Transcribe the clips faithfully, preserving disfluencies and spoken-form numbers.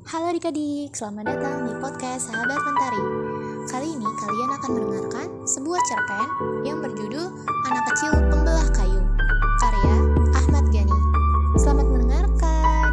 Halo adik-adik, selamat datang di podcast Sahabat Mentari. Kali ini kalian akan mendengarkan sebuah cerpen yang berjudul Anak Kecil Pembelah Kayu, karya Ahmad Ghani. Selamat mendengarkan.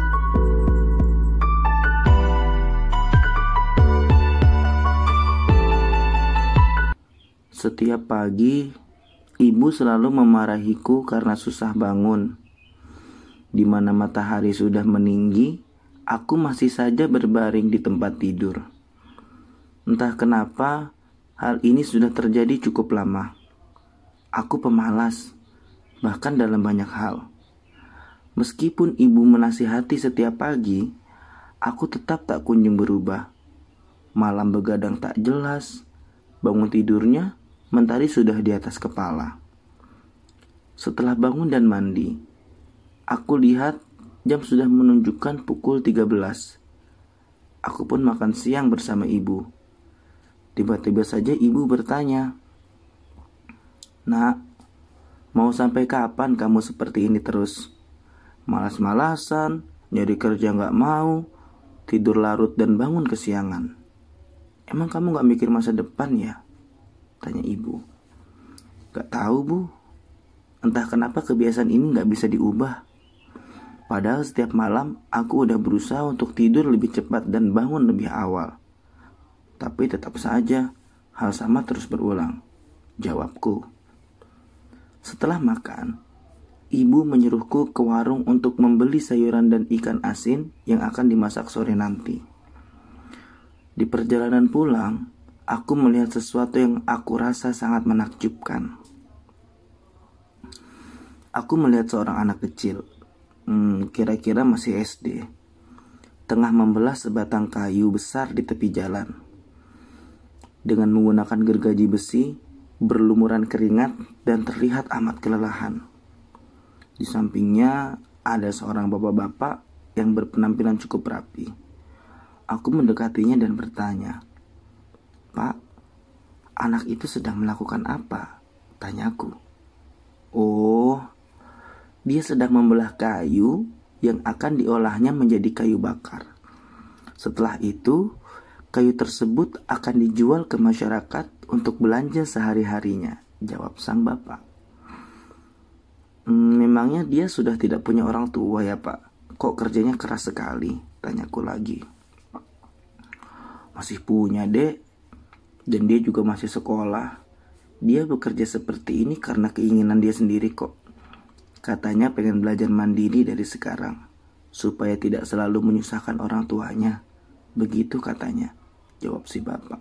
Setiap pagi, ibu selalu memarahiku karena susah bangun. Di mana matahari sudah meninggi, aku masih saja berbaring di tempat tidur. Entah kenapa, hal ini sudah terjadi cukup lama. Aku pemalas, bahkan dalam banyak hal. Meskipun ibu menasihati setiap pagi, aku tetap tak kunjung berubah. Malam begadang tak jelas, bangun tidurnya, mentari sudah di atas kepala. Setelah bangun dan mandi, aku lihat jam sudah menunjukkan pukul tiga belas. Aku pun makan siang bersama ibu. Tiba-tiba saja ibu bertanya, "Nak, mau sampai kapan kamu seperti ini terus? Malas-malasan, nyari kerja gak mau, tidur larut dan bangun kesiangan. Emang kamu gak mikir masa depan ya?" Tanya ibu. "Gak tahu bu, entah kenapa kebiasaan ini gak bisa diubah. Padahal setiap malam aku udah berusaha untuk tidur lebih cepat dan bangun lebih awal. Tapi tetap saja hal sama terus berulang," jawabku. Setelah makan, ibu menyuruhku ke warung untuk membeli sayuran dan ikan asin yang akan dimasak sore nanti. Di perjalanan pulang, aku melihat sesuatu yang aku rasa sangat menakjubkan. Aku melihat seorang anak kecil, hmm, kira-kira masih S D, tengah membelah sebatang kayu besar di tepi jalan. Dengan menggunakan gergaji besi, berlumuran keringat dan terlihat amat kelelahan. Di sampingnya ada seorang bapak-bapak yang berpenampilan cukup rapi. Aku mendekatinya dan bertanya, "Pak, anak itu sedang melakukan apa?" tanyaku. "Oh, dia sedang membelah kayu yang akan diolahnya menjadi kayu bakar. Setelah itu, kayu tersebut akan dijual ke masyarakat untuk belanja sehari-harinya," jawab sang bapak. "Hmm, memangnya dia sudah tidak punya orang tua ya pak? Kok kerjanya keras sekali?" tanyaku lagi. "Masih punya dek, dan dia juga masih sekolah. Dia bekerja seperti ini karena keinginan dia sendiri kok. Katanya pengen belajar mandiri dari sekarang, supaya tidak selalu menyusahkan orang tuanya. Begitu katanya," jawab si bapak.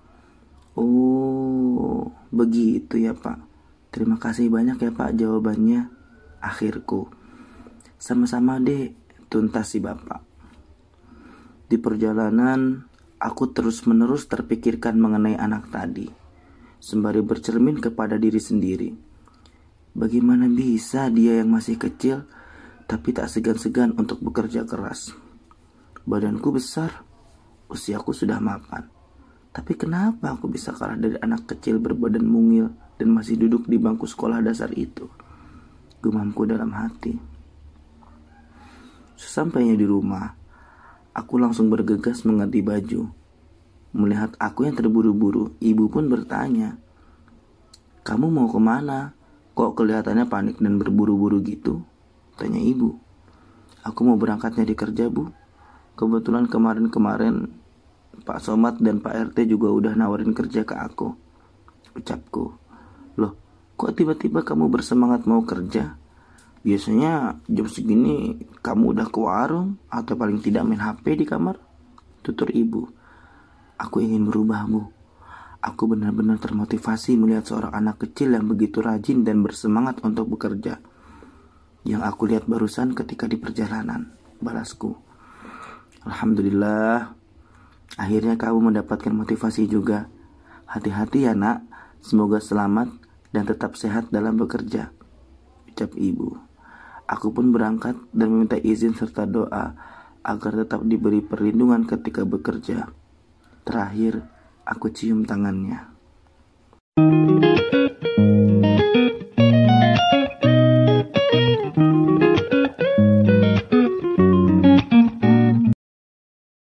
"Oh, begitu ya pak. Terima kasih banyak ya pak jawabannya," akhirku. "Sama-sama dek," tuntas si bapak. Di perjalanan, aku terus-menerus terpikirkan mengenai anak tadi, sembari bercermin kepada diri sendiri. Bagaimana bisa dia yang masih kecil, tapi tak segan-segan untuk bekerja keras? Badanku besar, usiaku sudah mapan. Tapi kenapa aku bisa kalah dari anak kecil berbadan mungil dan masih duduk di bangku sekolah dasar itu? Gumamku dalam hati. Sesampainya di rumah, aku langsung bergegas mengganti baju. Melihat aku yang terburu-buru, ibu pun bertanya, "Kamu mau kemana? Kok kelihatannya panik dan berburu-buru gitu?" tanya ibu. "Aku mau berangkat nyari kerja bu. Kebetulan kemarin-kemarin Pak Somad dan Pak R T juga udah nawarin kerja ke aku," ucapku. "Loh, kok tiba-tiba kamu bersemangat mau kerja? Biasanya jam segini kamu udah ke warung atau paling tidak main H P di kamar," tutur ibu. "Aku ingin berubah bu. Aku benar-benar termotivasi melihat seorang anak kecil yang begitu rajin dan bersemangat untuk bekerja. Yang aku lihat barusan ketika di perjalanan," balasku. "Alhamdulillah, akhirnya kamu mendapatkan motivasi juga. Hati-hati ya nak, semoga selamat dan tetap sehat dalam bekerja," ucap ibu. Aku pun berangkat dan meminta izin serta doa agar tetap diberi perlindungan ketika bekerja. Terakhir, aku cium tangannya.